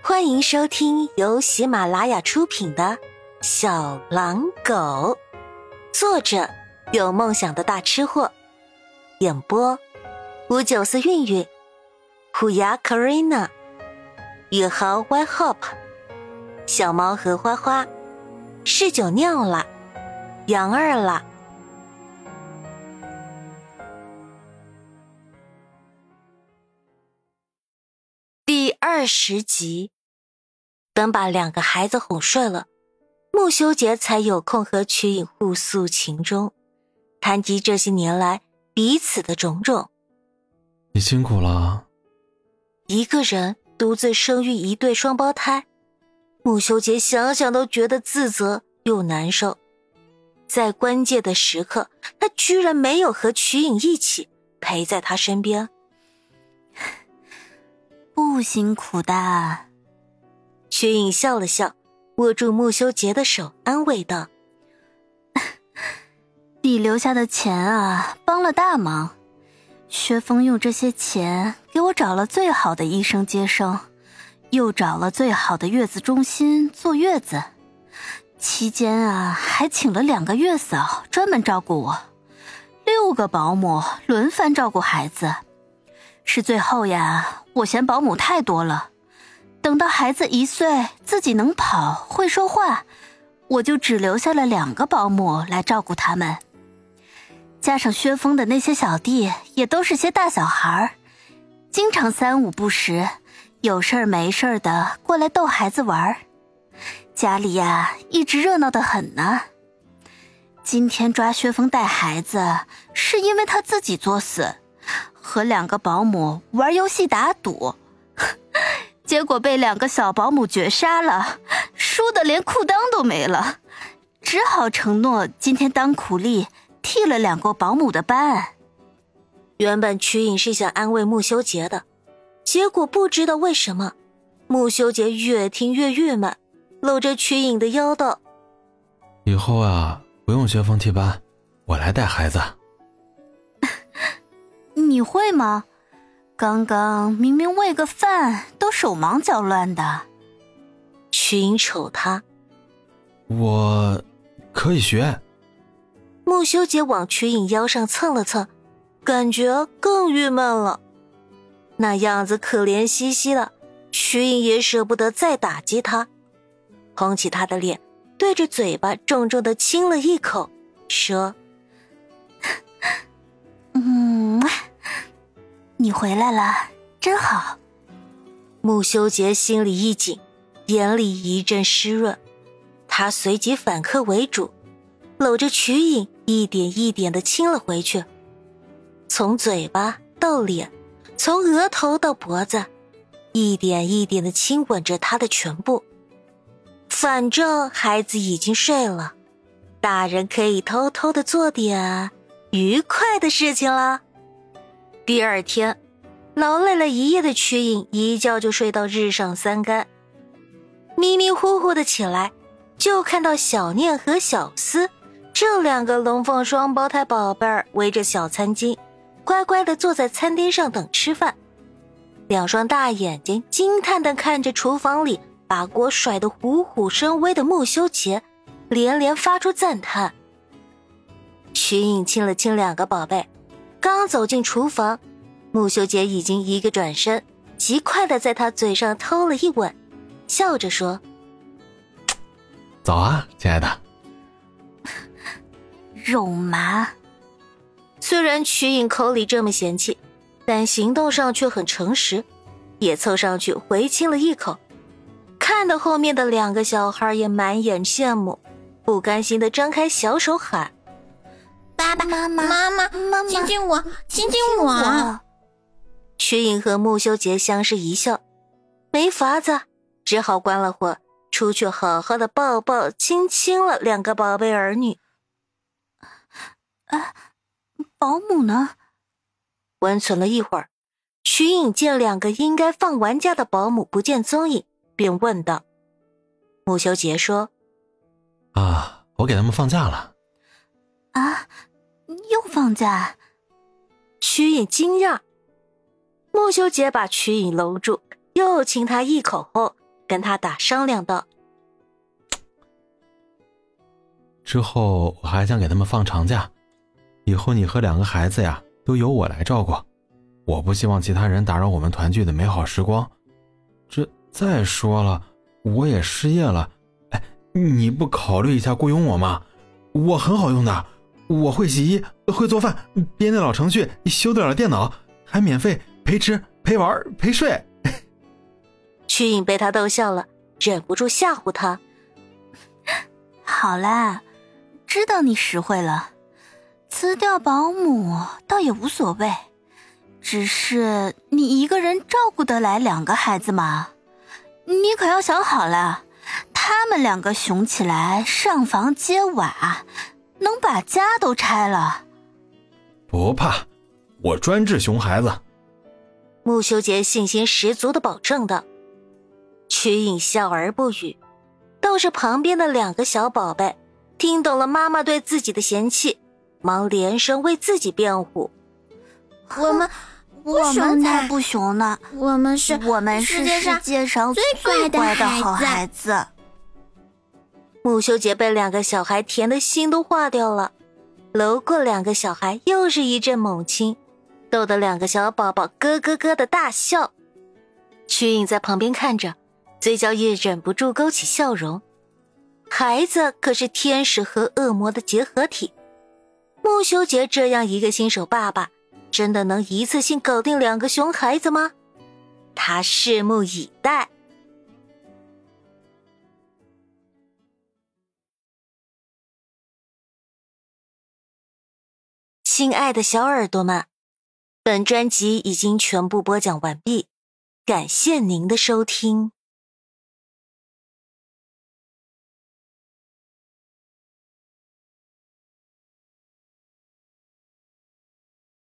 欢迎收听由喜马拉雅出品的《小狼狗》，作者有梦想的大吃货，演播594韵韵、虎牙 Karina、宇豪 Y Hop、小猫和花花、侍酒尿了、杨二了。第20集，等把2个孩子哄睡了，穆修杰才有空和瞿颖互诉情衷，谈及这些年来彼此的种种。 你辛苦了。 一个人独自生育一对双胞胎，穆修杰想想都觉得自责又难受。在关键的时刻，他居然没有和瞿颖一起陪在他身边。 不辛苦的。 瞿颖笑了笑，握住穆修杰的手，安慰道： 你留下的钱啊，帮了大忙。薛峰用这些钱给我找了最好的医生接生，又找了最好的月子中心坐月子，期间啊还请了2个月嫂专门照顾我，6个保姆轮番照顾孩子。是最后呀，我嫌保姆太多了，等到孩子1岁自己能跑会说话，我就只留下了2个保姆来照顾他们。加上薛峰的那些小弟也都是些大小孩，经常3、5不时，有事儿没事儿的过来逗孩子玩。家里呀一直热闹得很呢。今天抓薛峰带孩子，是因为他自己作死，和2个保姆玩游戏打赌，结果被2个小保姆绝杀了，输得连裤裆都没了，只好承诺今天当苦力替了2个保姆的班。 原本瞿颖是想安慰穆修杰的，结果不知道为什么，穆修杰越听越郁闷，搂着瞿颖的腰道： 以后啊，不用薛峰替班，我来带孩子。 你会吗？刚刚明明喂个饭都手忙脚乱的。 瞿颖瞅他： 我可以学。 穆修杰往瞿颖腰上蹭了蹭，感觉更郁闷了。那样子可怜兮兮的，瞿颖也舍不得再打击他，捧起他的脸，对着嘴巴重重地亲了一口，说： 你回来了，真好。 穆修杰心里一紧，眼里一阵湿润，他随即反客为主，搂着瞿颖一点一点地亲了回去，从嘴巴到脸，从额头到脖子，一点一点地亲吻着他的全部。反正孩子已经睡了，大人可以偷偷地做点愉快的事情了。第2天，劳累了一夜的瞿颖一觉就睡到日上3竿，迷迷糊糊的起来，就看到小念和小思这2个龙凤双胞胎宝贝儿围着小餐巾，乖乖地坐在餐厅上等吃饭，2双大眼睛惊叹地看着厨房里把锅甩得虎虎生威的穆修杰，连连发出赞叹。瞿颖亲了亲2个宝贝，刚走进厨房，穆修杰已经一个转身，极快地在他嘴上偷了一吻，笑着说： 早啊，亲爱的。 肉麻。 虽然瞿颖口里这么嫌弃，但行动上却很诚实，也凑上去回亲了一口。看到后面的2个小孩也满眼羡慕，不甘心地张开小手喊： 爸爸妈妈亲亲我，亲亲我。 瞿颖和穆修杰相视一笑，没法子，只好关了火，出去好好的抱抱亲亲了2个宝贝儿女。 保姆呢？ 温存了一会儿，瞿颖见2个应该放完假的保姆不见踪影，便问道。穆修杰说： 我给他们放假了。 啊，又放假？ 瞿颖惊讶。穆修杰把瞿颖搂住，又亲他一口后， 跟他打商量道： 之后我还想给他们放长假，以后你和2个孩子呀都由我来照顾，我不希望其他人打扰我们团聚的美好时光。再说了，我也失业了，你不考虑一下雇佣我吗？我很好用的，我会洗衣，会做饭，编电脑程序，修得了电脑，还免费陪吃陪玩陪睡。 瞿颖被他逗笑了，忍不住吓唬他： 好啦，知道你实惠了，辞掉保姆倒也无所谓，只是你一个人照顾得来2个孩子吗？你可要想好了，他们2个熊起来上房揭瓦，能把家都拆了。 不怕，我专治熊孩子。 穆修杰信心十足地保证道。瞿颖笑而不语，倒是旁边的2个小宝贝听懂了妈妈对自己的嫌弃，忙连声为自己辩护： 我们才不熊呢， 我们是世界上最乖的好孩子。 穆修杰被2个小孩甜的心都化掉了，搂过2个小孩又是一阵猛亲，逗得2个小宝宝咯咯咯的大笑。瞿颖在旁边看着，嘴角也忍不住勾起笑容。孩子可是天使和恶魔的结合体，穆修杰这样一个新手爸爸，真的能一次性搞定2个熊孩子吗？他拭目以待。亲爱的小耳朵们，本专辑已经全部播讲完毕，感谢您的收听。